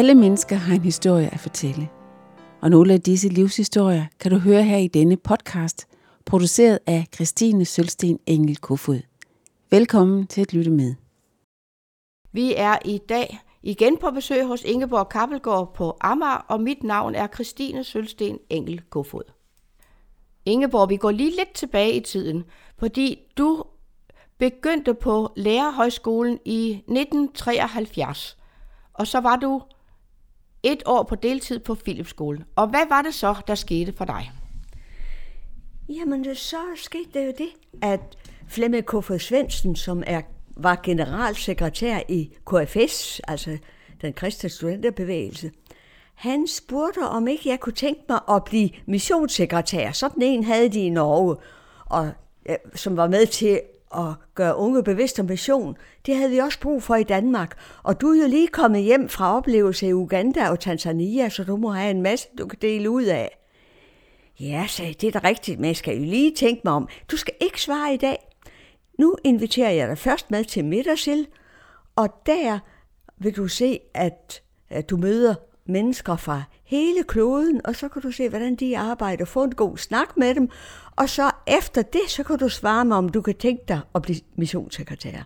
Alle mennesker har en historie at fortælle, og nogle af disse livshistorier kan du høre her i denne podcast, produceret af Kristine Sølsten Engel Kofod. Velkommen til at lytte med. Vi er i dag igen på besøg hos Ingeborg Kappelgaard på Amager, og mit navn er Kristine Sølsten Engel Kofod. Ingeborg, vi går lige lidt tilbage i tiden, fordi du begyndte på Lærerhøjskolen i 1973, og så var du 1 år på deltid på Philipskolen. Og hvad var det så, der skete for dig? Jamen, så skete det jo det, at Flemming Kofod Svendsen, som var generalsekretær i KFS, altså den kristne studenterbevægelse, han spurgte, om ikke jeg kunne tænke mig at blive missionssekretær. Sådan en havde de i Norge, og, som var med til at gøre unge bevidst om mission. Det havde vi også brug for i Danmark. Og du er jo lige kommet hjem fra oplevelser i Uganda og Tanzania, så du må have en masse, du kan dele ud af. Ja, sagde det er da rigtigt, men jeg skal jo lige tænke mig om. Du skal ikke svare i dag. Nu inviterer jeg dig først med til middagsild, og der vil du se, at du møder mennesker fra hele kloden, og så kan du se, hvordan de arbejder, få en god snak med dem, og så efter det, så kan du svare mig, om du kan tænke dig at blive missionssekretær.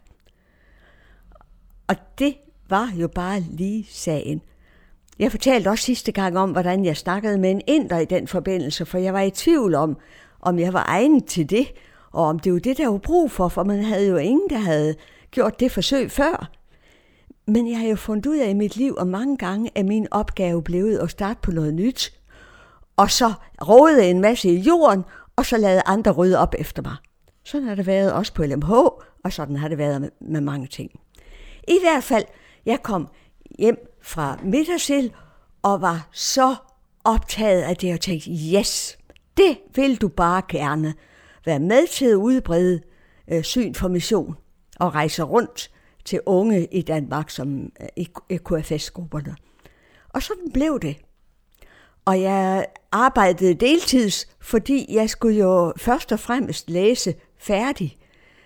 Og det var jo bare lige sagen. Jeg fortalte også sidste gang om, hvordan jeg snakkede med en inder i den forbindelse, for jeg var i tvivl om jeg var egnet til det, og om det var det, der var brug for man havde jo ingen, der havde gjort det forsøg før. Men jeg har jo fundet ud af i mit liv, og mange gange er min opgave blevet at starte på noget nyt, og så råde en masse i jorden, og så lade andre rydde op efter mig. Sådan har det været også på LMH, og sådan har det været med mange ting. I hvert fald, jeg kom hjem fra middagsild, og var så optaget af det, og tænkte, yes, det vil du bare gerne. Være med til at udbrede syn for mission, og rejse rundt til unge i Danmark, som i KFS-grupperne. Og sådan blev det. Og jeg arbejdede deltids, fordi jeg skulle jo først og fremmest læse færdig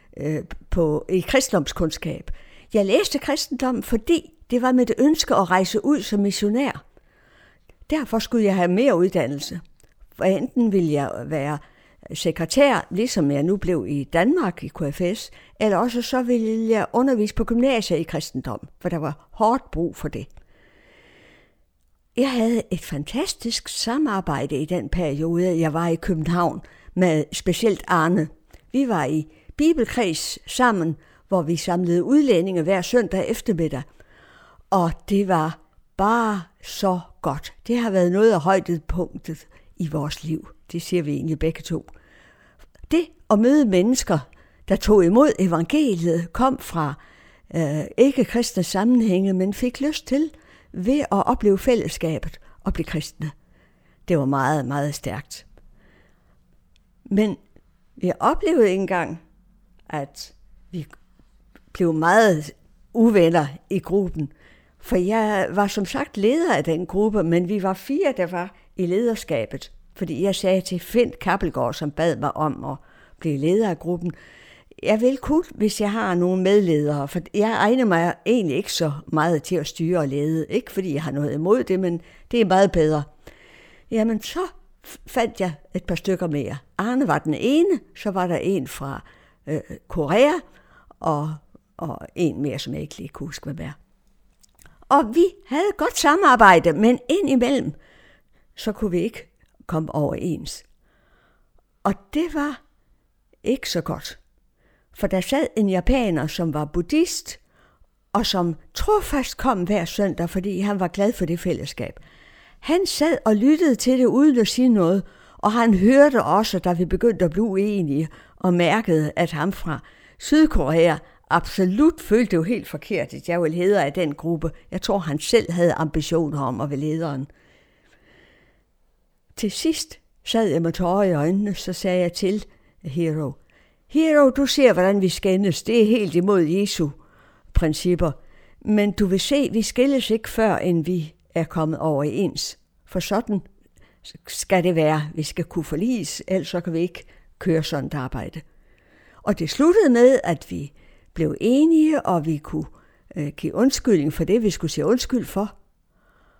i kristendomskundskab. Jeg læste kristendom, fordi det var mit ønske at rejse ud som missionær. Derfor skulle jeg have mere uddannelse. For enten ville jeg være sekretær, ligesom jeg nu blev i Danmark i KFS, eller også så ville jeg undervise på gymnasiet i kristendom, for der var hårdt brug for det. Jeg havde et fantastisk samarbejde i den periode, jeg var i København, med specielt Arne. Vi var i bibelkreds sammen, hvor vi samlede udlændinge hver søndag eftermiddag. Og det var bare så godt. Det har været noget af højdepunktet i vores liv. Det siger vi egentlig begge to. Det at møde mennesker, der tog imod evangeliet, kom fra ikke kristne sammenhænge, men fik lyst til ved at opleve fællesskabet og blive kristne. Det var meget, meget stærkt. Men vi oplevede engang, at vi blev meget uvenner i gruppen. For jeg var som sagt leder af den gruppe, men vi var 4, der var i lederskabet. Fordi jeg sagde til Finn Kappelgaard, som bad mig om at blive leder af gruppen, jeg vil kun, hvis jeg har nogle medledere, for jeg egner mig egentlig ikke så meget til at styre og lede. Ikke fordi jeg har noget imod det, men det er meget bedre. Jamen så fandt jeg et par stykker mere. Arne var den ene, så var der en fra Korea, og en mere, som jeg ikke lige kunne huske, hvad var. Og vi havde et godt samarbejde, men indimellem, så kunne vi ikke komme overens. Og det var ikke så godt. For der sad en japaner, som var buddhist, og som trofast kom hver søndag, fordi han var glad for det fællesskab. Han sad og lyttede til det uden at sige noget, og han hørte også, da vi begyndte at blive uenige, og mærkede, at ham fra Sydkorea absolut følte det jo helt forkert, at jeg ville leder af den gruppe. Jeg tror, han selv havde ambitioner om at være lederen. Til sidst sad jeg med tårer i øjnene, så sagde jeg til Hero, du ser, hvordan vi skændes. Det er helt imod Jesu principper. Men du vil se, vi skilles ikke før, end vi er kommet overens. For sådan skal det være. Vi skal kunne forliges, ellers så kan vi ikke køre sådan et arbejde. Og det sluttede med, at vi blev enige, og vi kunne give undskyldning for det, vi skulle sige undskyld for.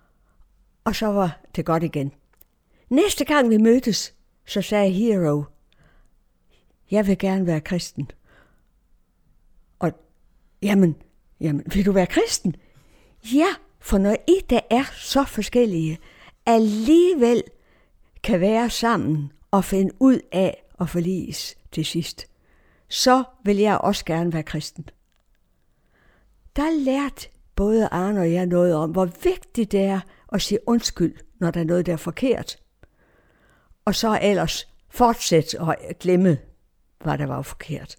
Og så var det godt igen. Næste gang vi mødtes, så sagde Hero, jeg vil gerne være kristen. Og jamen, vil du være kristen? Ja, for når I, der er så forskellige, alligevel kan være sammen og finde ud af at forliges til sidst, så vil jeg også gerne være kristen. Der lærte både Arne og jeg noget om, hvor vigtigt det er at sige undskyld, når der er noget, der er forkert. Og så ellers fortsætte og glemme, hvad der var forkert.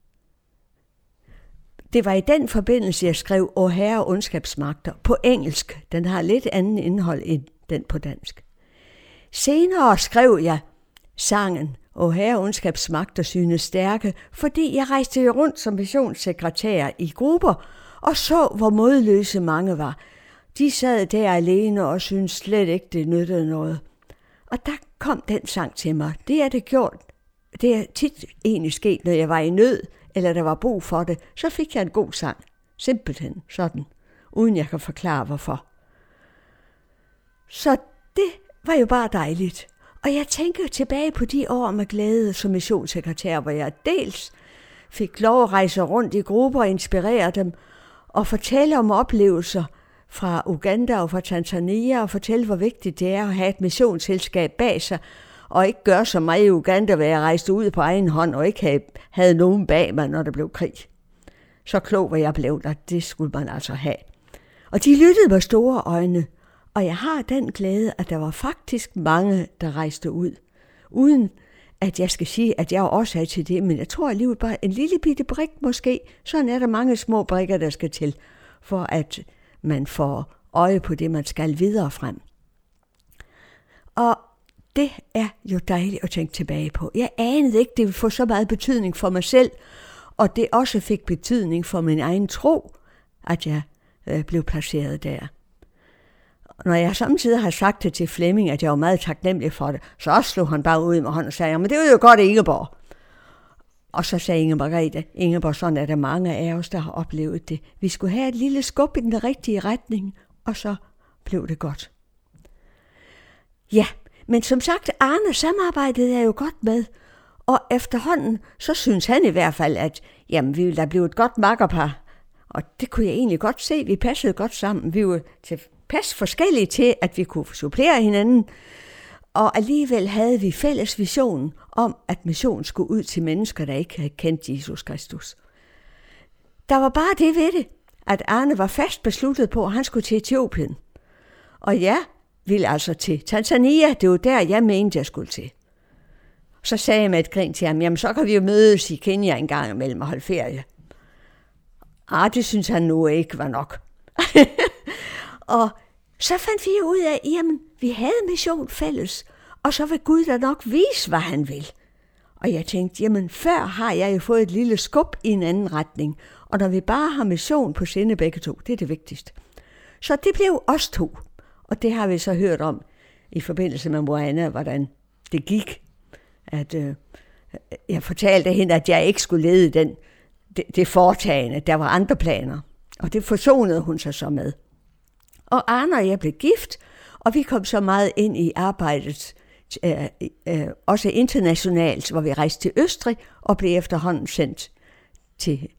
Det var i den forbindelse, jeg skrev O Herre ondskabsmagter på engelsk. Den har lidt andet indhold end den på dansk. Senere skrev jeg sangen O Herre ondskabsmagter synes stærke, fordi jeg rejste jo rundt som missionssekretær i grupper og så, hvor modløse mange var. De sad der alene og syntes slet ikke, det nyttede noget. Og der kom den sang til mig. Det er det gjort. Det er tit egentlig sket, når jeg var i nød, eller der var brug for det, så fik jeg en god sang. Simpelthen sådan, uden jeg kan forklare hvorfor. Så det var jo bare dejligt. Og jeg tænker tilbage på de år med glæde som missionssekretær, hvor jeg dels fik lov at rejse rundt i grupper og inspirere dem, og fortælle om oplevelser fra Uganda og fra Tanzania, og fortælle, hvor vigtigt det er at have et missionsselskab bag sig, og ikke gøre som mig i Uganda, hvor jeg rejste ud på egen hånd, og ikke havde nogen bag mig, når der blev krig. Så klog var jeg blevet, og det skulle man altså have. Og de lyttede med store øjne, og jeg har den glæde, at der var faktisk mange, der rejste ud, uden at jeg skal sige, at jeg også er til det, men jeg tror alligevel bare en lille bitte brik måske, sådan er der mange små brikker, der skal til, for at man får øje på det, man skal videre frem. Og det er jo dejligt at tænke tilbage på. Jeg anede ikke, det ville få så meget betydning for mig selv, og det også fik betydning for min egen tro, at jeg blev placeret der. Når jeg samtidig har sagt det til Flemming, at jeg var meget taknemmelig for det, så slog han bare ud med hånden og sagde, men det er jo godt, Ingeborg. Og så sagde Ingeborg, sådan er der mange af os, der har oplevet det. Vi skulle have et lille skub i den rigtige retning, og så blev det godt. Ja, men som sagt, Arne samarbejdede jeg jo godt med, og efterhånden, så synes han i hvert fald, at jamen, vi ville da blive et godt makkerpar. Og det kunne jeg egentlig godt se, vi passede godt sammen. Vi var tilpas forskellige til, at vi kunne supplere hinanden, og alligevel havde vi fælles vision om, at missionen skulle ud til mennesker, der ikke havde kendt Jesus Kristus. Der var bare det ved det, at Arne var fast besluttet på, at han skulle til Etiopien. Og jeg ville altså til Tanzania, det var der, jeg mente, jeg skulle til. Så sagde jeg med et grin til ham, jamen så kan vi jo mødes i Kenya en gang imellem og holde ferie. Det synes han nu ikke var nok. Og så fandt vi ud af, jamen vi havde mission fælles, og så vil Gud da nok vise, hvad han vil. Og jeg tænkte, jamen før har jeg jo fået et lille skub i en anden retning, og når vi bare har mission på sinde begge to, det er det vigtigste. Så det blev os to, og det har vi så hørt om i forbindelse med Moana, hvordan det gik. At jeg fortalte hende, at jeg ikke skulle lede det foretagende, der var andre planer, og det forsonede hun sig så med. Og Arne og jeg blev gift, og vi kom så meget ind i arbejdet, også internationalt, hvor vi rejste til Østrig og blev efterhånden sendt til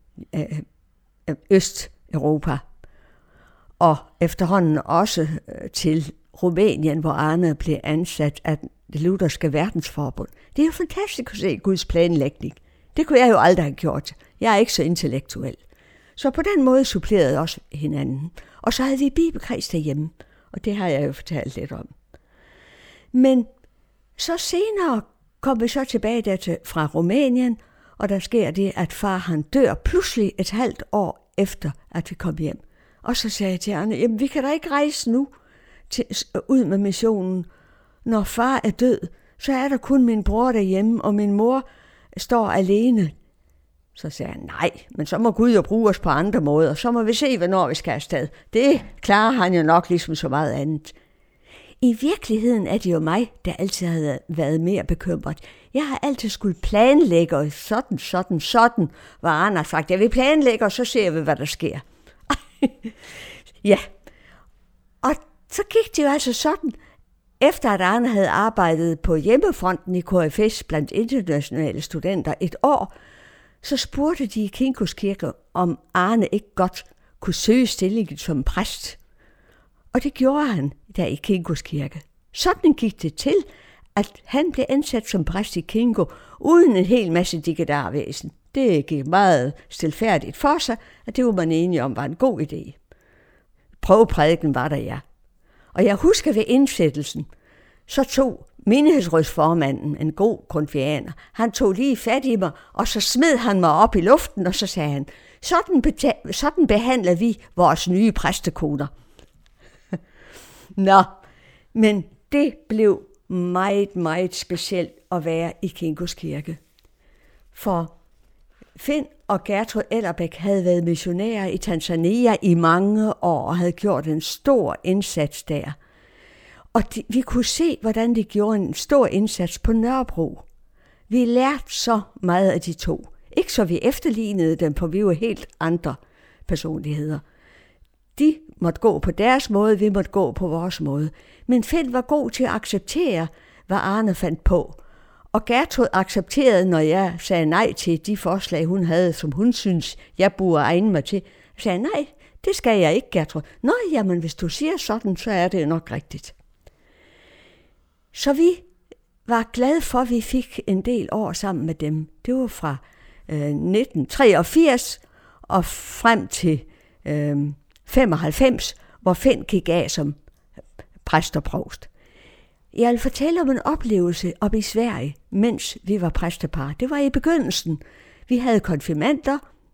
Østeuropa. Og efterhånden også til Rumænien, hvor Arne blev ansat af det lutherske verdensforbund. Det er jo fantastisk at se Guds planlægning. Det kunne jeg jo aldrig have gjort. Jeg er ikke så intellektuel. Så på den måde supplerede også hinanden. Og så havde vi bibelkreds derhjemme, og det har jeg jo fortalt lidt om. Men så senere kom vi så tilbage fra Rumænien, og der sker det, at far han dør pludselig et halvt år efter, at vi kom hjem. Og så sagde jeg til Arne, jamen vi kan da ikke rejse nu ud med missionen. Når far er død, så er der kun min bror derhjemme, og min mor står alene. Så sagde han, nej, men så må Gud jo bruge os på andre måder, så må vi se, hvornår vi skal afsted. Det klarer han jo nok ligesom så meget andet. I virkeligheden er det jo mig, der altid havde været mere bekymret. Jeg har altid skulle planlægge, og sådan, hvor Arne har sagt, jeg vil planlægge, og så ser vi, hvad der sker. Ja, og så gik det jo altså sådan, efter at Arne havde arbejdet på hjemmefronten i KFS blandt internationale studenter et år, så spurgte de i Kinkos Kirke, om Arne ikke godt kunne søge stillingen som præst. Og det gjorde han der i Kinkos Kirke. Sådan gik det til, at han blev ansat som præst i Kinko, uden en hel masse dikkedarvæsen. Det gik meget stilfærdigt for sig, at det var man enige om var en god idé. Prøveprædiken var der, ja. Og jeg husker ved indsættelsen, så tog menighedsrådsformanden, en god grundtvianer, han tog lige fat i mig, og så smed han mig op i luften, og så sagde han, sådan behandler vi vores nye præstekoner. Nå, men det blev meget, meget specielt at være i Kinkos Kirke. For Finn og Gertrud Ellerbæk havde været missionærer i Tanzania i mange år og havde gjort en stor indsats der. Og vi kunne se, hvordan de gjorde en stor indsats på Nørrebro. Vi lærte så meget af de to. Ikke så vi efterlignede dem, for vi var helt andre personligheder. De måtte gå på deres måde, vi måtte gå på vores måde. Men Finn var god til at acceptere, hvad Arne fandt på. Og Gertrud accepterede, når jeg sagde nej til de forslag, hun havde, som hun synes, jeg burde egne mig til. Jeg sagde, nej, det skal jeg ikke, Gertrud. Nå, jamen, hvis du siger sådan, så er det nok rigtigt. Så vi var glade for, at vi fik en del år sammen med dem. Det var fra 1983 og frem til 95, hvor Finn gik af som præst og provst. Jeg vil fortælle om en oplevelse op i Sverige, mens vi var præstepar. Det var i begyndelsen. Vi havde konfirmander,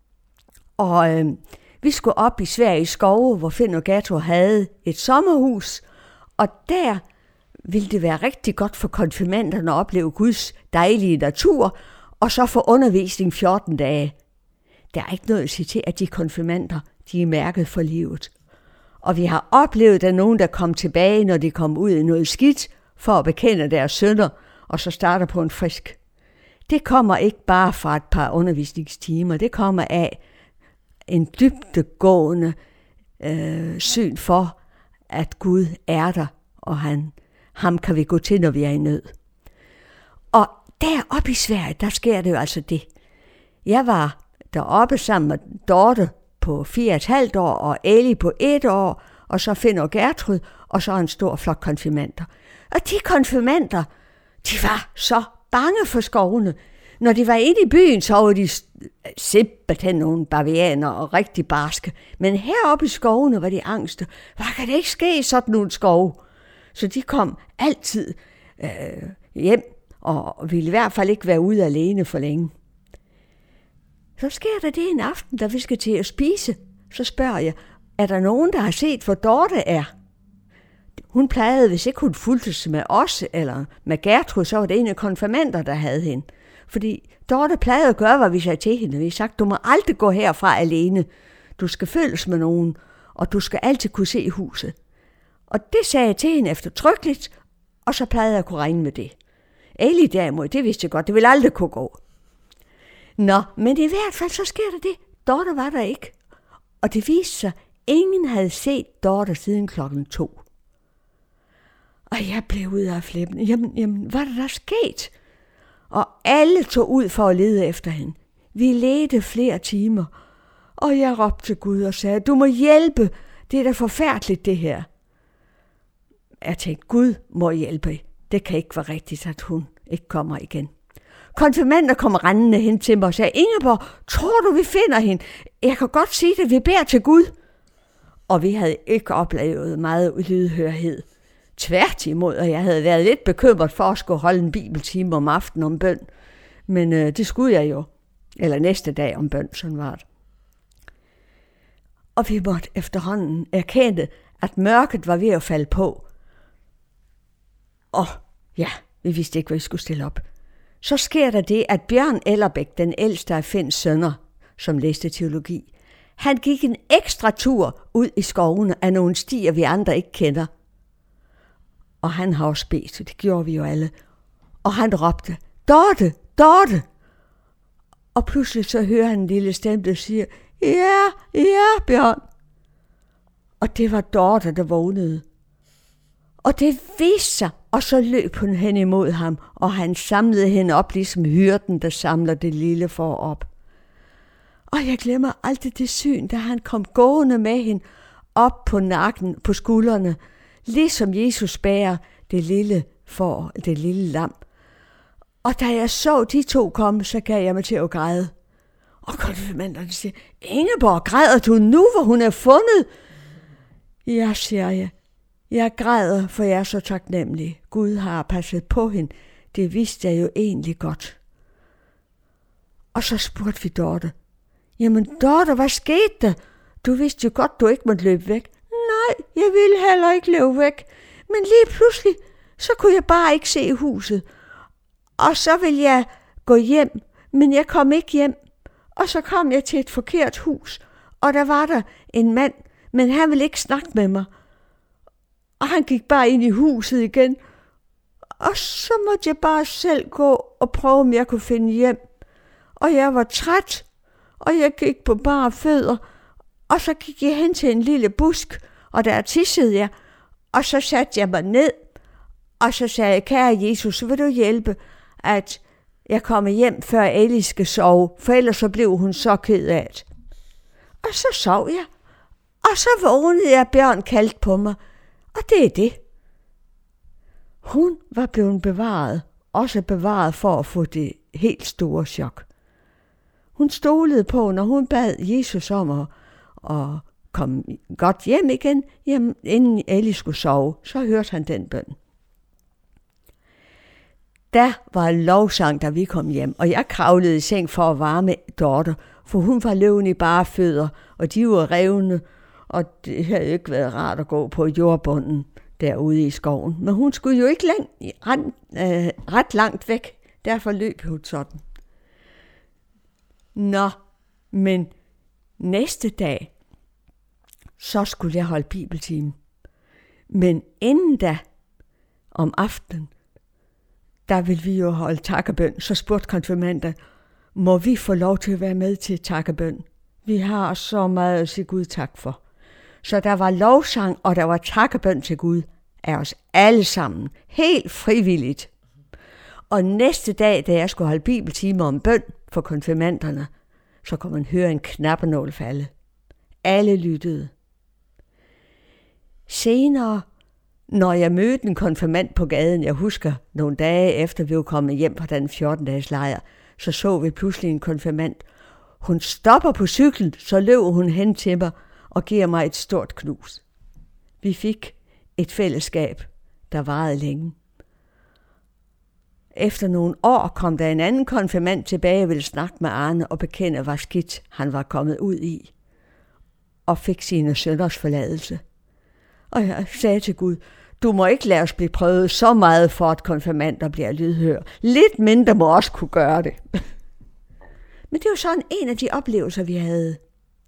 og vi skulle op i Sverige skove, hvor Finn og Gertrud havde et sommerhus, og der ville det være rigtig godt for konfirmanderne at opleve Guds dejlige natur, og så få undervisning 14 dage. Der er ikke noget at sige til, at de konfirmander, de er mærket for livet. Og vi har oplevet, at nogen, der kom tilbage, når de kom ud i noget skidt, for at bekende deres synder, og så starter på en frisk. Det kommer ikke bare fra et par undervisningstimer, det kommer af en dybdegående syn for, at Gud er der, og ham kan vi gå til, når vi er i nød. Og deroppe i Sverige, der sker det jo altså det. Jeg var deroppe sammen med Dorte på 4,5 år, og Eli på 1 år, og så Finn og Gertrud, og så en stor flok konfirmander. Og de konfirmander, de var så bange for skovene. Når de var inde i byen, så var de simpelthen nogle bavianer og rigtig barske. Men heroppe i skovene var de angste. Hvad kan det ikke ske i sådan nogle skove? Så de kom altid hjem, og ville i hvert fald ikke være ude alene for længe. Så sker der det en aften, da vi skal til at spise. Så spørger jeg, er der nogen, der har set, hvor Dorte er? Hun plejede, hvis ikke hun fulgtes med os eller med Gertrud, så var det en af konfirmander, der havde hende. Fordi Dorte plejede at gøre, hvad vi sagde til hende. Vi sagde, du må aldrig gå herfra alene. Du skal følges med nogen, og du skal altid kunne se huset. Og det sagde jeg til hende eftertrykkeligt, og så plejede jeg at kunne regne med det. Eli derimod, det vidste jeg godt, det ville aldrig kunne gå. Nå, men i hvert fald så sker der det. Dorte var der ikke. Og det viste sig, ingen havde set Dorte siden 2:00. Og jeg blev ud af flippen. Jamen, hvad er der sket? Og alle tog ud for at lede efter hende. Vi ledte flere timer, og jeg råbte til Gud og sagde, du må hjælpe, det er da forfærdeligt det her. Jeg tænkte, Gud må hjælpe. Det kan ikke være rigtigt, at hun ikke kommer igen. Konfirmander kom rendende hen til mig og sagde, Ingeborg, tror du, vi finder hende? Jeg kan godt sige det, vi beder til Gud. Og vi havde ikke oplevet meget lydhørhed. Tværtimod, og jeg havde været lidt bekymret for at skulle holde en bibeltime om aftenen om bøn. Men det skulle jeg jo. Eller næste dag om bøn, sådan var det. Og vi måtte efterhånden erkende, at mørket var ved at falde på. Og ja, vi vidste ikke, hvad vi skulle stille op. Så sker der det, at Bjørn Ellerbæk, den ældste af Finns sønner, som læste teologi, han gik en ekstra tur ud i skovene af nogle stier, vi andre ikke kender. Og han har også bedt, det gjorde vi jo alle. Og han råbte, Dorte, Dorte! Og pludselig så hører han en lille stemme, der siger, ja, Bjørn. Og det var Dorte, der vågnede. Og det viste sig, og så løb hun hen imod ham, og han samlede hende op, ligesom hyrden, der samler det lille får op. Og jeg glemmer aldrig det syn, da han kom gående med hende op på nakken, på skuldrene, ligesom Jesus bærer det lille får, det lille lam. Og da jeg så de to komme, så gav jeg mig til at græde. Og konfirmanderne siger, Ingeborg, græder du nu, hvor hun er fundet? Ja, siger jeg. Jeg græder, for jeg er så taknemmelig. Gud har passet på hende. Det vidste jeg jo egentlig godt. Og så spurgte vi Dorte. Jamen Dorte, hvad skete der? Du vidste jo godt, du ikke måtte løbe væk. Nej, jeg ville heller ikke løbe væk. Men lige pludselig, så kunne jeg bare ikke se huset. Og så ville jeg gå hjem, men jeg kom ikke hjem. Og så kom jeg til et forkert hus, og der var der en mand, men han ville ikke snakke med mig. Og han gik bare ind i huset igen. Og så måtte jeg bare selv gå og prøve, om jeg kunne finde hjem. Og jeg var træt, og jeg gik på bare fødder. Og så gik jeg hen til en lille busk, og der tissede jeg. Og så satte jeg mig ned, og så sagde jeg, kære Jesus, vil du hjælpe, at jeg kommer hjem, før Ellie skal sove, for ellers så blev hun så ked af det. Og så sov jeg, og så vågnede jeg, Bjørn kaldte på mig, og det er det. Hun var blevet bevaret, også bevaret for at få det helt store chok. Hun stolede på, når hun bad Jesus om at komme godt hjem igen, inden Ellie skulle sove, så hørte han den bøn. Der var lovsang, da vi kom hjem, og jeg kravlede i seng for at varme Dorte, for hun var løven i bare fødder, og de var revne, og det havde ikke været rart at gå på jordbunden derude i skoven. Men hun skulle jo ikke ret langt væk, derfor løb hun sådan. Nå, men næste dag, så skulle jeg holde bibeltime. Men inden da, om aftenen, der ville vi jo holde takkebøn. Så spurgte konfirmander, må vi få lov til at være med til takkebøn? Vi har så meget at sige Gud tak for. Så der var lovsang, og der var takkebøn til Gud af os alle sammen. Helt frivilligt. Og næste dag, da jeg skulle holde bibeltimer om bøn for konfirmanderne, så kunne man høre en knappenål falde. Alle lyttede. Senere, når jeg mødte en konfirmand på gaden, jeg husker nogle dage efter vi var kommet hjem fra den 14-dages lejr, så vi pludselig en konfirmand. Hun stopper på cyklen, så løber hun hen til mig og giver mig et stort knus. Vi fik et fællesskab, der varede længe. Efter nogle år kom der en anden konfirmand tilbage og ville snakke med Arne og bekende, hvor skidt han var kommet ud i, og fik sine sønners forladelse. Og jeg sagde til Gud, du må ikke lade os blive prøvet så meget for, at konfirmander bliver lydhør. Lidt mindre må også kunne gøre det. Men det var sådan en af de oplevelser, vi havde.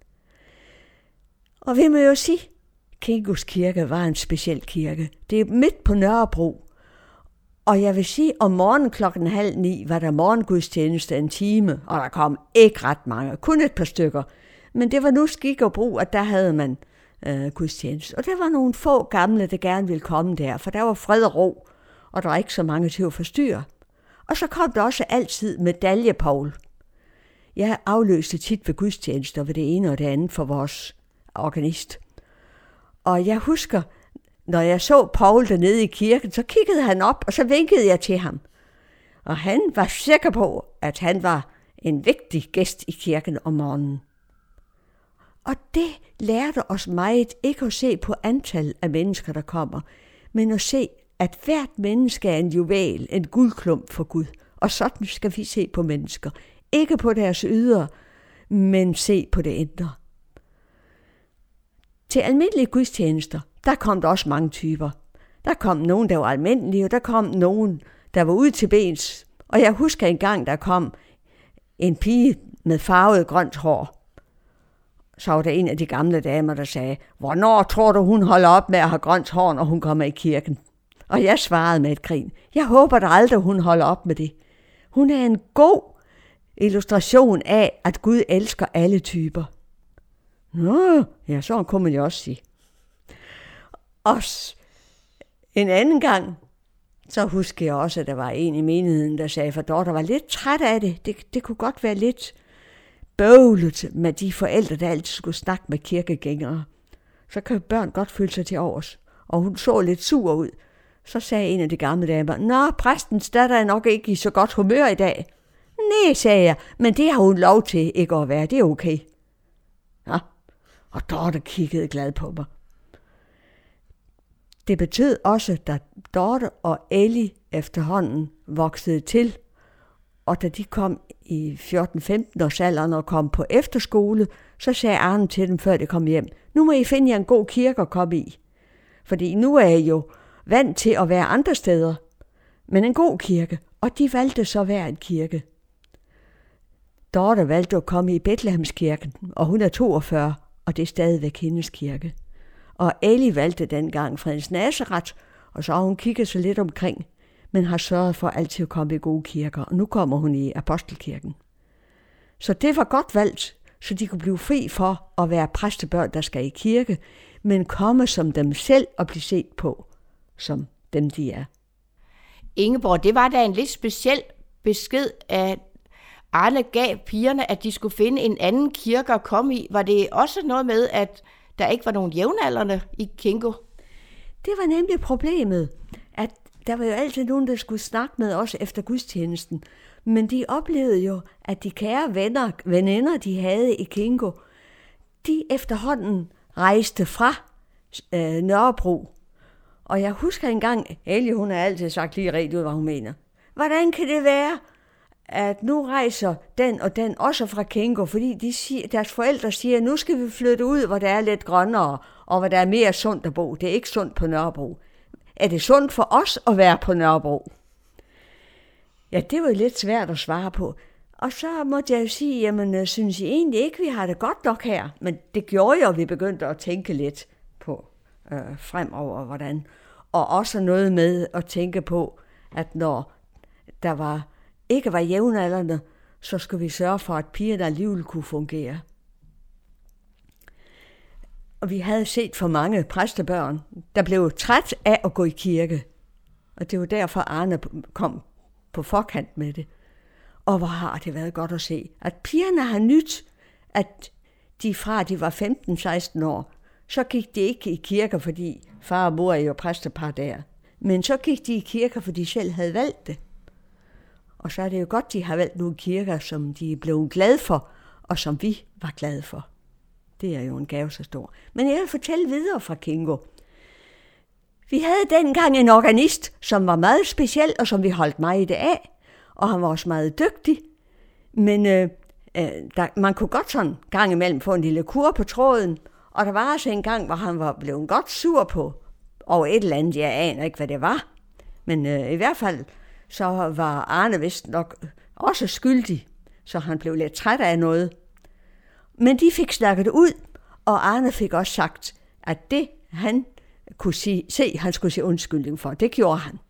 Og vi må jo sige, Kingus Kirke var en speciel kirke. Det er midt på Nørrebro. Og jeg vil sige, om morgenen 8:30 var der morgengudstjeneste en time, og der kom ikke ret mange, kun et par stykker. Men det var nu skik og brug, at der havde man gudstjeneste. Og der var nogle få gamle, der gerne ville komme der, for der var fred og ro, og der var ikke så mange til at forstyrre. Og så kom der også altid medaljepoul. Jeg afløste tit ved gudstjenester ved det ene og det andet for vores organist. Og jeg husker, når jeg så Paul dernede i kirken, så kiggede han op, og så vinkede jeg til ham. Og han var sikker på, at han var en vigtig gæst i kirken om morgenen. Og det lærte os meget ikke at se på antal af mennesker, der kommer, men at se, at hvert menneske er en juvel, en guldklump for Gud. Og sådan skal vi se på mennesker. Ikke på deres ydre, men se på det indre. Til almindelige gudstjenester, der kom der også mange typer. Der kom nogen, der var almindelige, og der kom nogen, der var ude til bens. Og jeg husker engang, der kom en pige med farvet grønt hår. Så var der en af de gamle damer, der sagde, hvornår tror du, hun holder op med at have grønt hår, når hun kommer i kirken? Og jeg svarede med et grin. Jeg håber da aldrig, hun holder op med det. Hun er en god illustration af, at Gud elsker alle typer. Nå, ja, så kunne man jo også sige. Og En anden gang, så husker jeg også, at der var en i menigheden, der sagde, for Dorte var lidt træt af det. Det kunne godt være lidt bøvlet med de forældre, der altid skulle snakke med kirkegængere. Så kan børn godt føle sig til overs. Og hun så lidt sur ud. Så sagde en af de gamle damer, nå, præstens datter er nok ikke i så godt humør i dag. Nej, sagde jeg, men det har hun lov til ikke at være, det er okay. Ja, og Dorte kiggede glad på mig. Det betød også, da Dorte og Ellie efterhånden voksede til, og da de kom i 14-15 års alderen og kom på efterskole, så sagde Arne til dem, før de kom hjem, nu må I finde jer en god kirke at komme i. Fordi nu er I jo vant til at være andre steder, men en god kirke, og de valgte så hver en kirke. Dorte valgte at komme i Betlehemskirken, og hun er 42, og det er stadigvæk hendes kirke. Og Ellie valgte dengang Fredens Nazareth, og så har hun kigget sig lidt omkring, men har sørget for altid at komme i gode kirker, og nu kommer hun i Apostelkirken. Så det var godt valgt, så de kunne blive fri for at være præstebørn, der skal i kirke, men komme som dem selv og blive set på, som dem de er. Ingeborg, det var da en lidt speciel besked, at Arne gav pigerne, at de skulle finde en anden kirke at komme i. Var det også noget med, at der ikke var nogen jævnaldrende i Kingo? Det var nemlig problemet, at der var jo altid nogen, der skulle snakke med os efter gudstjenesten. Men de oplevede jo, at de kære veninder, de havde i Kingo, de efterhånden rejste fra Nørrebro. Og jeg husker engang, Ellie, hun har altid sagt lige rigtigt ud, hvad hun mener. Hvordan kan det være, at nu rejser den og den også fra Kingo, fordi deres forældre siger, at nu skal vi flytte ud, hvor der er lidt grønnere, og hvor der er mere sundt at bo. Det er ikke sundt på Nørrebro. Er det sundt for os at være på Nørrebro? Ja, det var lidt svært at svare på. Og så måtte jeg jo sige, jamen, synes I egentlig ikke, vi har det godt nok her? Men det gjorde jo, at vi begyndte at tænke lidt på fremover, hvordan. Og også noget med at tænke på, at når der ikke var jævnaldrende, så skulle vi sørge for, at pigerne alligevel kunne fungere. Og vi havde set for mange præstebørn, der blev træt af at gå i kirke. Og det var derfor, Arne kom på forkant med det. Og hvor har det været godt at se, at pigerne har nyt, at de var 15-16 år, så gik de ikke i kirke, fordi far og mor er jo præstepar der. Men så gik de i kirke, fordi de selv havde valgt det. Og så er det jo godt, de har valgt nogle kirker, som de er blevet glade for, og som vi var glade for. Det er jo en gave så stor. Men jeg vil fortælle videre fra Kingo. Vi havde dengang en organist, som var meget speciel, og som vi holdt meget af. Og han var også meget dygtig. Men man kunne godt sådan gang imellem få en lille kur på tråden. Og der var altså en gang, hvor han var blevet godt sur på over et eller andet. Jeg aner ikke, hvad det var. Men i hvert fald så var Arne vist nok også skyldig, så han blev lidt træt af noget. Men de fik snakket ud, og Arne fik også sagt, at det han kunne han skulle sige undskyldning for. Det gjorde han.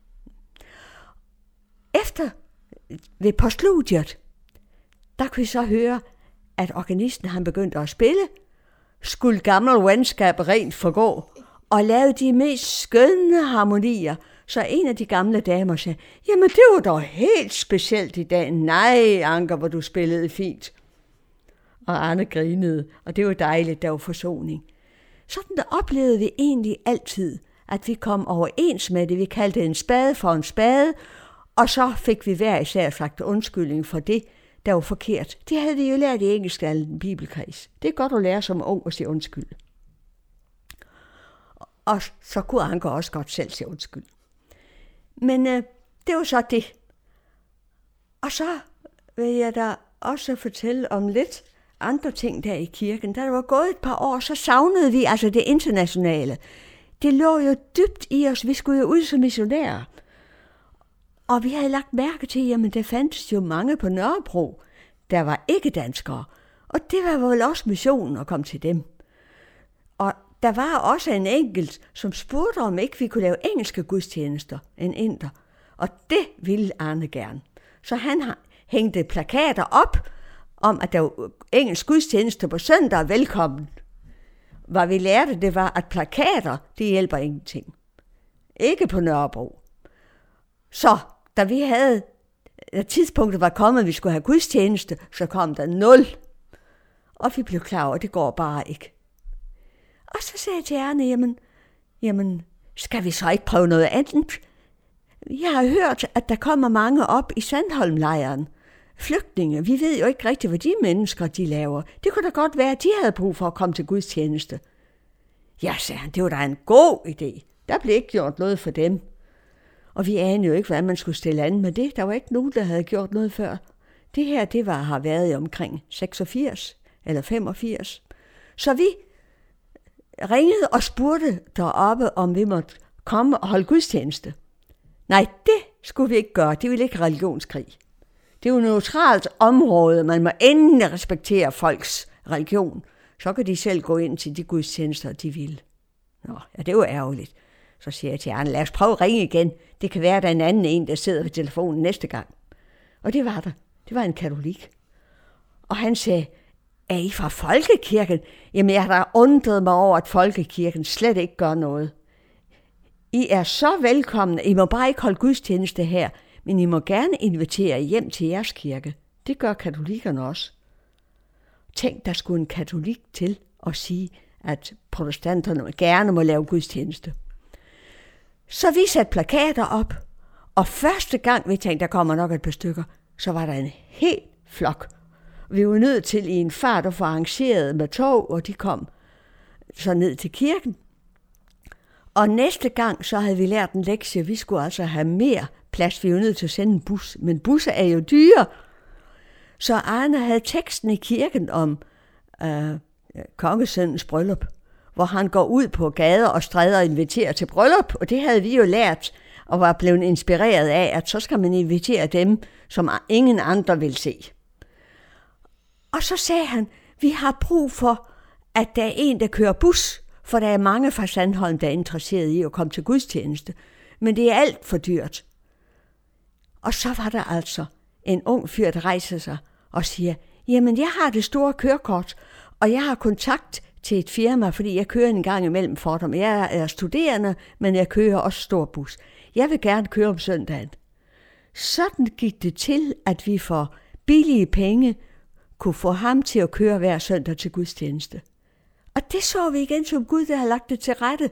Efter ved postludiet, der kunne vi så høre, at organisten han begyndte at spille, skulle gammel venskab rent forgå, og lavede de mest skønne harmonier. Så en af de gamle damer sagde, jamen det var dog helt specielt i dag. Nej, Anker, hvor du spillede fint. Og Arne grinede, og det var dejligt, der var forsoning. Sådan der oplevede vi egentlig altid, at vi kom overens med det. Vi kaldte en spade for en spade, og så fik vi hver især sagt undskyldning for det, der var forkert. Det havde vi jo lært i engelsk af en bibelkreds. Det er godt at lære som ung at sige undskyld. Og så kunne Anker også godt selv sige undskyld. Men det var så det. Og så vil jeg da også fortælle om lidt andre ting der i kirken. Da der var gået et par år, så savnede vi altså det internationale. Det lå jo dybt i os. Vi skulle jo ud som missionærer. Og vi havde lagt mærke til, jamen der fandtes jo mange på Nørrebro, der var ikke danskere. Og det var vel også missionen at komme til dem. Og der var også en enkelt, som spurgte om ikke vi kunne lave engelske gudstjenester, en inder. Og det ville Arne gerne. Så han hængte plakater op om, at der var engelsk gudstjeneste på søndag, velkommen. Hvad vi lærte, det var, at plakater, det hjælper ingenting. Ikke på Nørrebro. Så da tidspunktet var kommet, vi skulle have gudstjeneste, så kom der 0. Og vi blev klar over, at det går bare ikke. Og så sagde jeg til Arne, jamen, skal vi så ikke prøve noget andet? Jeg har hørt, at der kommer mange op i Sandholm-lejren. Flygtninge, vi ved jo ikke rigtigt, hvad de mennesker, de laver. Det kunne da godt være, at de havde brug for at komme til gudstjeneste. Ja, sagde han, det var da en god idé. Der blev ikke gjort noget for dem. Og vi anede jo ikke, hvordan man skulle stille an med det. Der var ikke nogen, der havde gjort noget før. Det her, har været i omkring 86 eller 85. Så vi ringede og spurgte deroppe, om vi måtte komme og holde gudstjeneste. Nej, det skulle vi ikke gøre. Det ville ikke religionskrig. Det er jo et neutralt område. Man må endelig respektere folks religion. Så kan de selv gå ind til de gudstjenester, de vil. Nå, ja, det var ærgerligt. Så siger jeg til Arne, lad os prøve at ringe igen. Det kan være, at der er en anden en, der sidder ved telefonen næste gang. Og det var der. Det var en katolik. Og han sagde, er I fra Folkekirken? Jamen, jeg har da undret mig over, at Folkekirken slet ikke gør noget. I er så velkomne. I må bare ikke holde gudstjeneste her, men I må gerne invitere hjem til jeres kirke. Det gør katolikkerne også. Tænk, der skulle en katolik til at sige, at protestanterne gerne må lave gudstjeneste. Så vi satte plakater op, og første gang vi tænkte, der kommer nok et par stykker, så var der en helt flok. Vi var nødt til i en fart at få arrangeret med tog, og de kom så ned til kirken. Og næste gang, så havde vi lært en lektie. Vi skulle altså have mere plads. Vi var nødt til at sende en bus, men busser er jo dyre. Så Arne havde teksten i kirken om kongesønnens bryllup, hvor han går ud på gader og stræder og inviterer til bryllup, og det havde vi jo lært og var blevet inspireret af, at så skal man invitere dem, som ingen andre vil se. Og så sagde han, vi har brug for, at der er en, der kører bus, for der er mange fra Sandholm, der er interesseret i at komme til gudstjeneste, men det er alt for dyrt. Og så var der altså en ung fyr, der rejser sig og siger, jamen jeg har det store kørekort, og jeg har kontakt til et firma, fordi jeg kører en gang imellem for dem. Jeg er studerende, men jeg kører også stor bus. Jeg vil gerne køre om søndagen. Sådan gik det til, at vi for billige penge kunne få ham til at køre hver søndag til gudstjeneste. Og det så vi igen som Gud, der har lagt det til rette.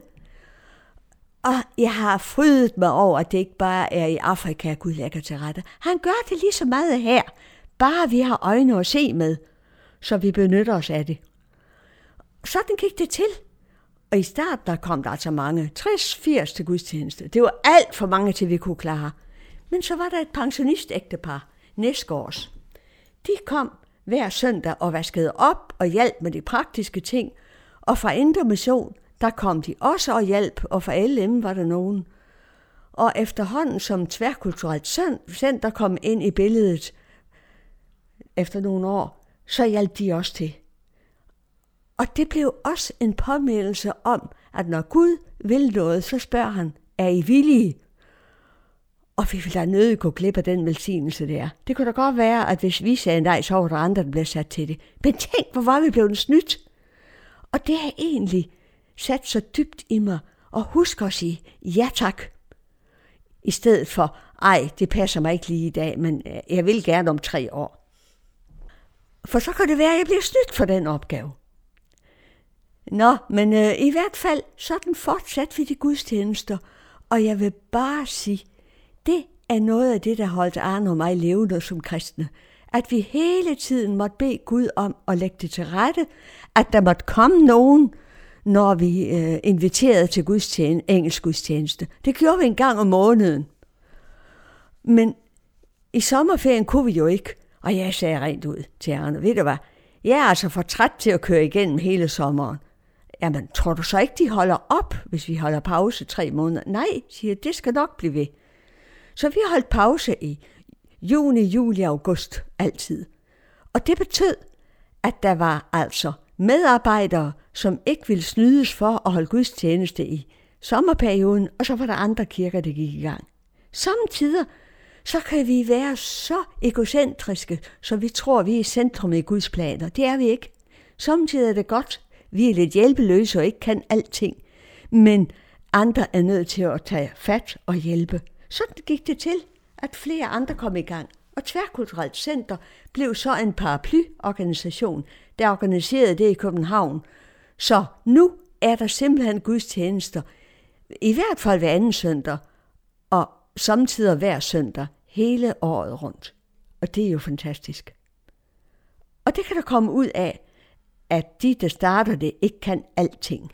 Og jeg har frydet mig over, at det ikke bare er i Afrika, Gud lægger til rette. Han gør det lige så meget her, bare vi har øjne at se med, så vi benytter os af det. Sådan gik det til. Og i starten der kom der altså mange, 60-80 til gudstjeneste. Det var alt for mange, til vi kunne klare. Men så var der et pensionistægtepar, Næsgaards. De kom hver søndag og vaskede op og hjalp med de praktiske ting. Og fra Indre Mission, der kom de også og hjalp, og fra LM var der nogen. Og efterhånden som tværkulturelt center kom ind i billedet efter nogle år, så hjalp de også til. Og det blev også en påmindelse om, at når Gud vil noget, så spørger han, er I villige? Og vi vil da nødig gå glip af den velsignelse der. Det kunne da godt være, at hvis vi sagde nej, så var der andre, der blev sat til det. Men tænk, hvor var vi blevet snydt. Og det har egentlig sat så dybt i mig, og husk at sige ja tak. I stedet for, ej, det passer mig ikke lige i dag, men jeg vil gerne om 3 år. For så kan det være, at jeg bliver snydt for den opgave. Nå, men i hvert fald, sådan fortsat vi de gudstjenester, og jeg vil bare sige, det er noget af det, der holdt Arne og mig levende som kristne, at vi hele tiden måtte bede Gud om at lægge det til rette, at der måtte komme nogen, når vi inviterede til engelsk gudstjeneste. Det gjorde vi en gang om måneden. Men i sommerferien kunne vi jo ikke, og jeg sagde rent ud til Arne, ved du hvad, jeg er altså for træt til at køre igennem hele sommeren. Jamen, tror du så ikke, de holder op, hvis vi holder pause 3 måneder? Nej, siger jeg, det skal nok blive ved. Så vi holdt pause i juni, juli, august altid. Og det betød, at der var altså medarbejdere, som ikke ville snydes for at holde gudstjeneste i sommerperioden, og så var der andre kirker, der gik i gang. Samtidig så kan vi være så egocentriske, så vi tror, vi er centrum i Guds planer. Det er vi ikke. Samtidig er det godt, vi er lidt hjælpeløse og ikke kan alting. Men andre er nødt til at tage fat og hjælpe. Sådan gik det til, at flere andre kom i gang. Og Tværkulturelt Center blev så en paraplyorganisation, der organiserede det i København. Så nu er der simpelthen gudstjenester, i hvert fald hver anden søndag, og samtidig hver søndag, hele året rundt. Og det er jo fantastisk. Og det kan der komme ud af, at de, der starter det, ikke kan alting.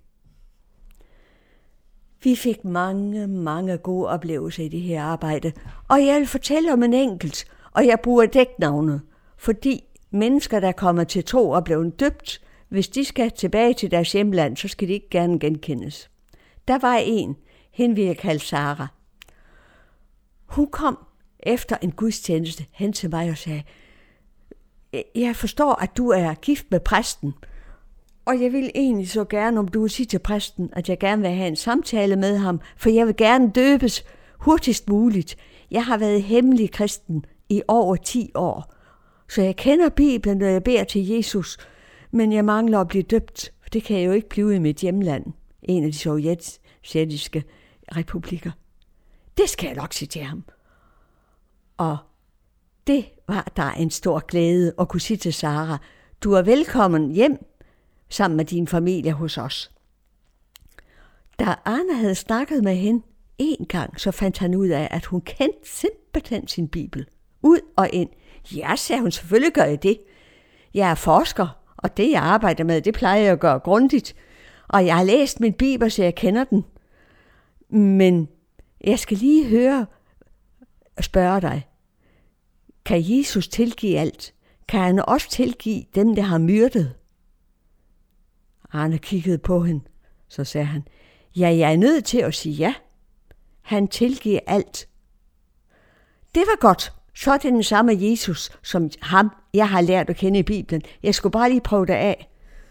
Vi fik mange gode oplevelser i det her arbejde, og jeg vil fortælle om en enkelt, og jeg bruger dæknavne, fordi mennesker, der kommer til tro og bliver døbt, hvis de skal tilbage til deres hjemland, så skal de ikke gerne genkendes. Der var en, hende vil jeg kalde Sara. Hun kom efter en gudstjeneste hen til mig og sagde, jeg forstår, at du er gift med præsten, og jeg vil egentlig så gerne, om du vil sige til præsten, at jeg gerne vil have en samtale med ham, for jeg vil gerne døbes hurtigst muligt. Jeg har været hemmelig kristen i over 10 år, så jeg kender Bibelen, når jeg beder til Jesus, men jeg mangler at blive døbt, for det kan jeg jo ikke blive i mit hjemland, en af de sovjetiske republikker. Det skal jeg nok sige til ham. Og det var der en stor glæde at kunne sige til Sara, du er velkommen hjem sammen med din familie hos os. Da Arne havde snakket med hende en gang, så fandt han ud af, at hun kendte simpelthen sin bibel. Ud og ind. Ja, sagde hun, selvfølgelig gør jeg det. Jeg er forsker, og det jeg arbejder med, det plejer jeg at gøre grundigt. Og jeg har læst min bibel, så jeg kender den. Men jeg skal lige høre og spørge dig. Kan Jesus tilgive alt? Kan han også tilgive dem, der har myrdet? Arne kiggede på hende, så sagde han, ja, jeg er nødt til at sige ja. Han tilgiver alt. Det var godt. Så er det den samme Jesus, som ham, jeg har lært at kende i Bibelen. Jeg skulle bare lige prøve det af.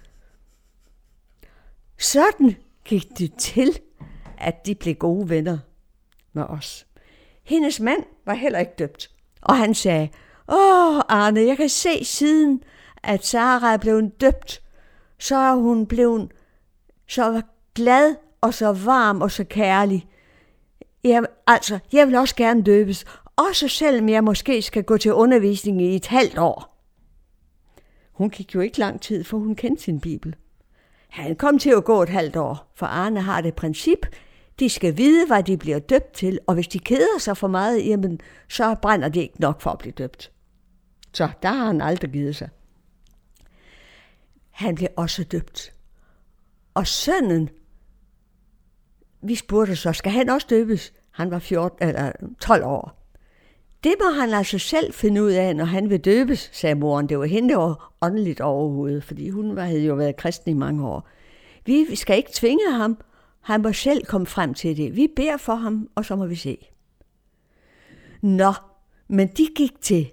Sådan gik det til, at de blev gode venner med os. Hendes mand var heller ikke døbt, og han sagde, Arne, jeg kan se siden, at Sara er blevet døbt, så er hun blevet så glad og så varm og så kærlig. Jeg vil også gerne døbes, også selvom jeg måske skal gå til undervisning i et halvt år. Hun gik jo ikke lang tid, for hun kendte sin bibel. Han kom til at gå et halvt år, for Arne har det princip, de skal vide, hvad de bliver døbt til, og hvis de keder sig for meget, jamen, så brænder de ikke nok for at blive døbt. Så der har han aldrig givet sig. Han blev også døbt. Og sønnen, vi spurgte så, skal han også døbes? Han var 12 år. Det må han altså selv finde ud af, når han vil døbes, sagde moren. Det var hende, der var åndeligt overhovedet, fordi hun havde jo været kristen i mange år. Vi skal ikke tvinge ham. Han må selv komme frem til det. Vi beder for ham, og så må vi se. Nå, men de gik til,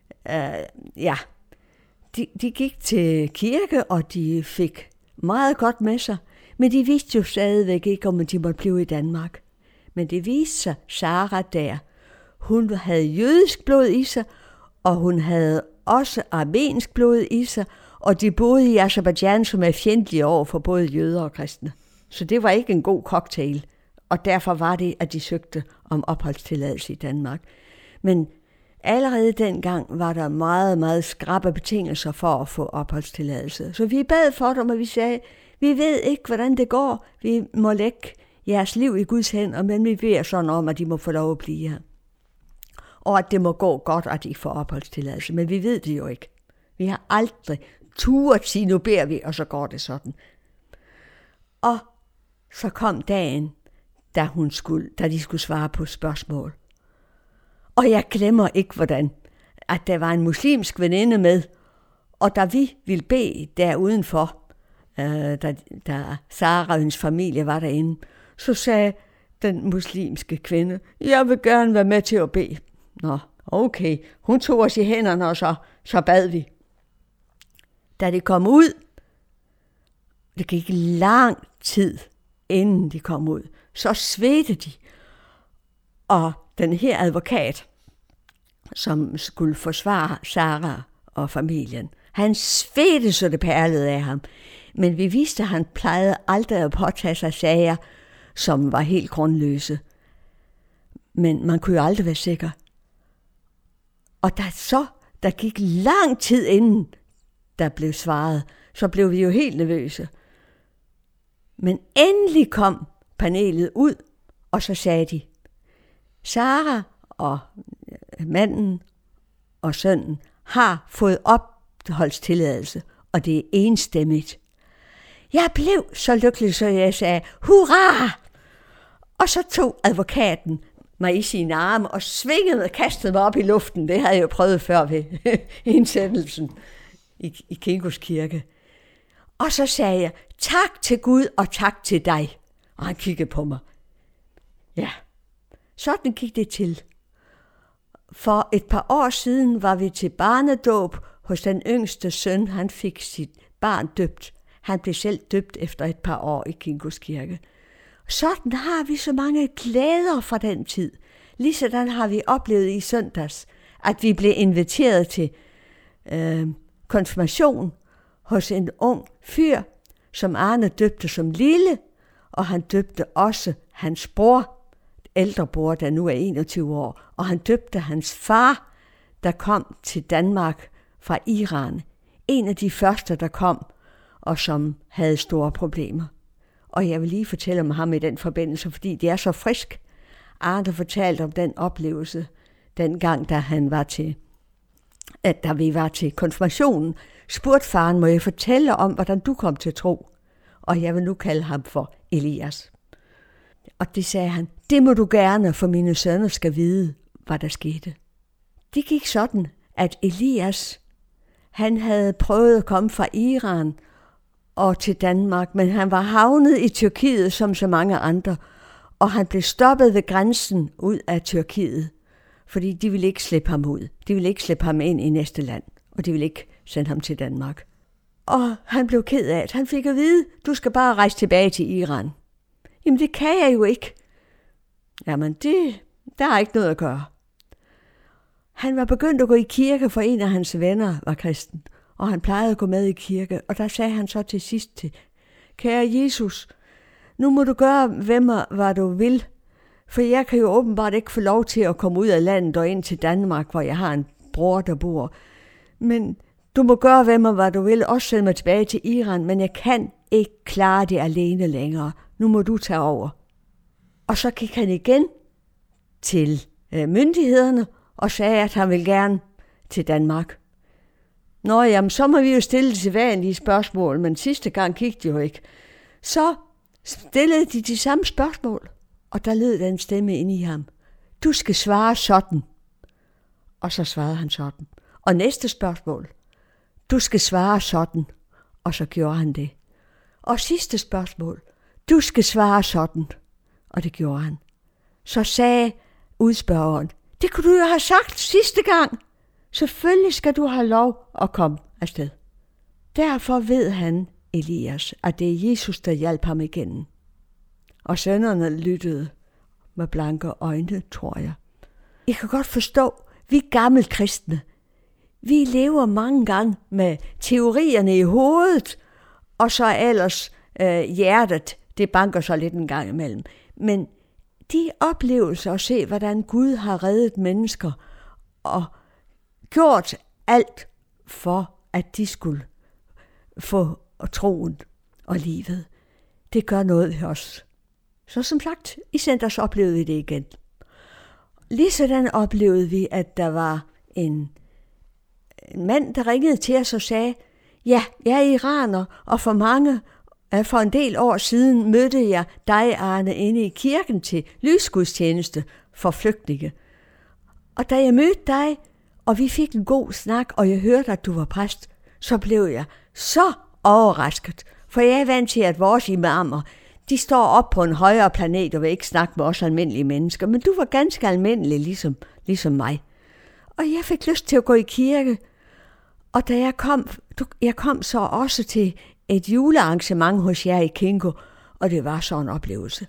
de gik til kirke, og de fik meget godt med sig. Men de vidste jo stadigvæk ikke, om de måtte blive i Danmark. Men det viste sig, Sara der, hun havde jødisk blod i sig, og hun havde også armensk blod i sig, og de boede i Aserbajdsjan, som er fjendtlige over for både jøder og kristne. Så det var ikke en god cocktail, og derfor var det, at de søgte om opholdstilladelse i Danmark. Men allerede dengang var der meget, meget skrappe betingelser for at få opholdstilladelse. Så vi bad for dem, og vi sagde, vi ved ikke, hvordan det går. Vi må lægge jeres liv i Guds hænder, men vi beder sådan om, at de må få lov at blive her. Og at det må gå godt, at de får opholdstilladelse. Men vi ved det jo ikke. Vi har aldrig turet sige, nu beder vi, og så går det sådan. Og så kom dagen, da de skulle svare på spørgsmål. Og jeg glemmer ikke, hvordan, at der var en muslimsk veninde med, og da vi ville bede der udenfor, da Sara og hendes familie var derinde, så sagde den muslimske kvinde, jeg vil gerne være med til at bede. Nå, okay. Hun tog os i hænderne, og så bad vi. Da de kom ud, det gik lang tid, inden de kom ud, så svedte de. Og den her advokat, som skulle forsvare Sara og familien, han svedte, så det perlede af ham. Men vi vidste, at han plejede aldrig at påtage sig sager, som var helt grundløse. Men man kunne jo aldrig være sikker. Og der gik lang tid inden der blev svaret, så blev vi jo helt nervøse. Men endelig kom panelet ud, og så sagde de, Sara og manden og sønnen har fået opholdstilladelse, og det er enstemmigt. Jeg blev så lykkelig, så jeg sagde, hurra! Og så tog advokaten mig i sine arme og svingede og kastede mig op i luften. Det havde jeg jo prøvet før ved indsættelsen i Kinkos kirke. Og så sagde jeg, tak til Gud og tak til dig. Og han kiggede på mig. Ja, sådan gik det til. For et par år siden var vi til barnedåb hos den yngste søn. Han fik sit barn døbt. Han blev selv døbt efter et par år i Kinkos kirke. Sådan har vi så mange glæder fra den tid. Ligesådan har vi oplevet i søndags, at vi blev inviteret til konfirmation hos en ung fyr, som Arne døbte som lille, og han døbte også hans bror, ældre bror, der nu er 21 år, og han døbte hans far, der kom til Danmark fra Iran. En af de første, der kom, og som havde store problemer. Og jeg vil lige fortælle om ham i den forbindelse, fordi det er så frisk. Arne fortalte om den oplevelse, dengang, da vi var til konfirmationen, spurgte faren, må jeg fortælle om, hvordan du kom til tro? Og jeg vil nu kalde ham for Elias. Og det sagde han, det må du gerne, for mine sønner skal vide, hvad der skete. Det gik sådan, at Elias, han havde prøvet at komme fra Iran og til Danmark, men han var havnet i Tyrkiet som så mange andre, og han blev stoppet ved grænsen ud af Tyrkiet, fordi de ville ikke slippe ham ud. De ville ikke slippe ham ind i næste land, og de ville ikke sende ham til Danmark. Og han blev ked af, at han fik at vide, du skal bare rejse tilbage til Iran. Jamen det kan jeg jo ikke. Jamen der er ikke noget at gøre. Han var begyndt at gå i kirke, for en af hans venner var kristen, og han plejede at gå med i kirke, og der sagde han så til sidst til, kære Jesus, nu må du gøre hvad du vil, for jeg kan jo åbenbart ikke få lov til at komme ud af landet og ind til Danmark, hvor jeg har en bror, der bor. Men du må gøre hvad du vil, også sende mig tilbage til Iran, men jeg kan ikke klare det alene længere. Nu må du tage over. Og så gik han igen til myndighederne og sagde, at han ville gerne til Danmark. Nå jamen, så må vi jo stille det sædvanlige spørgsmål, men sidste gang gik det jo ikke. Så stillede de samme spørgsmål, og der lød den stemme ind i ham. Du skal svare sådan. Og så svarede han sådan. Og næste spørgsmål. Du skal svare sådan. Og så gjorde han det. Og sidste spørgsmål. Du skal svare sådan. Og det gjorde han. Så sagde udspørgeren, det kunne du jo have sagt sidste gang. Selvfølgelig skal du have lov at komme afsted. Derfor ved han, Elias, at det er Jesus, der hjalp ham igennem. Og sønnerne lyttede med blanke øjne, tror jeg. I kan godt forstå, vi gamle kristne, vi lever mange gange med teorierne i hovedet, og så ellers hjertet, det banker så lidt en gang imellem. Men de oplevelser at se, hvordan Gud har reddet mennesker og gjort alt for, at de skulle få troen og livet, det gør noget ved os. Så som sagt, i søndags oplevede vi det igen. Ligesådan oplevede vi, at der var en mand, der ringede til os og sagde, ja, jeg er iraner, og for en del år siden mødte jeg dig, Arne, inde i kirken til lysgudstjeneste for flygtninge. Og da jeg mødte dig, og vi fik en god snak, og jeg hørte, at du var præst, så blev jeg så overrasket. For jeg er vant til, at vores imamer, de står op på en højere planet og vil ikke snakke med os almindelige mennesker, men du var ganske almindelig, ligesom mig. Og jeg fik lyst til at gå i kirke, og da jeg kom så også til et julearrangement hos jer i Kinko, og det var så en oplevelse.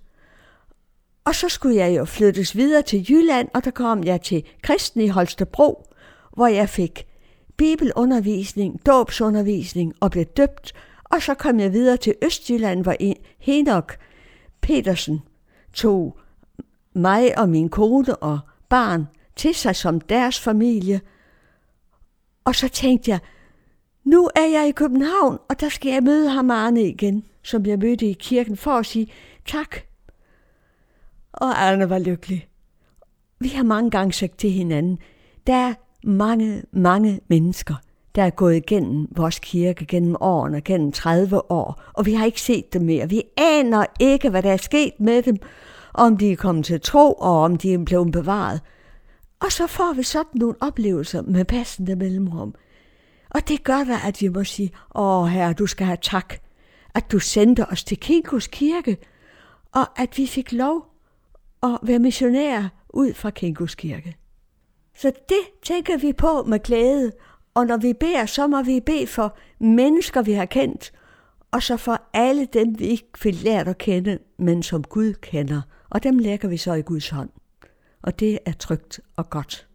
Og så skulle jeg jo flyttes videre til Jylland, og der kom jeg til Kristen i Holstebro, hvor jeg fik bibelundervisning, dåbsundervisning og blev døbt, og så kom jeg videre til Østjylland, hvor Henok Petersen, tog mig og min kone og barn til sig som deres familie. Og så tænkte jeg, nu er jeg i København, og der skal jeg møde ham Arne igen, som jeg mødte i kirken, for at sige tak. Og Arne var lykkelig. Vi har mange gange sagt til hinanden, der er mange mennesker, der er gået igennem vores kirke gennem årene, gennem 30 år, og vi har ikke set dem mere. Vi aner ikke, hvad der er sket med dem, om de er kommet til tro, og om de er blevet bevaret. Og så får vi sådan nogle oplevelser med passende mellemrum. Og det gør da, at vi må sige, Herre, du skal have tak, at du sendte os til Kinkos Kirke, og at vi fik lov at være missionærer ud fra Kinkos Kirke. Så det tænker vi på med glæde, og når vi beder, så må vi bede for mennesker, vi har kendt, og så for alle dem, vi ikke fik lært at kende, men som Gud kender. Og dem lægger vi så i Guds hånd. Og det er trygt og godt.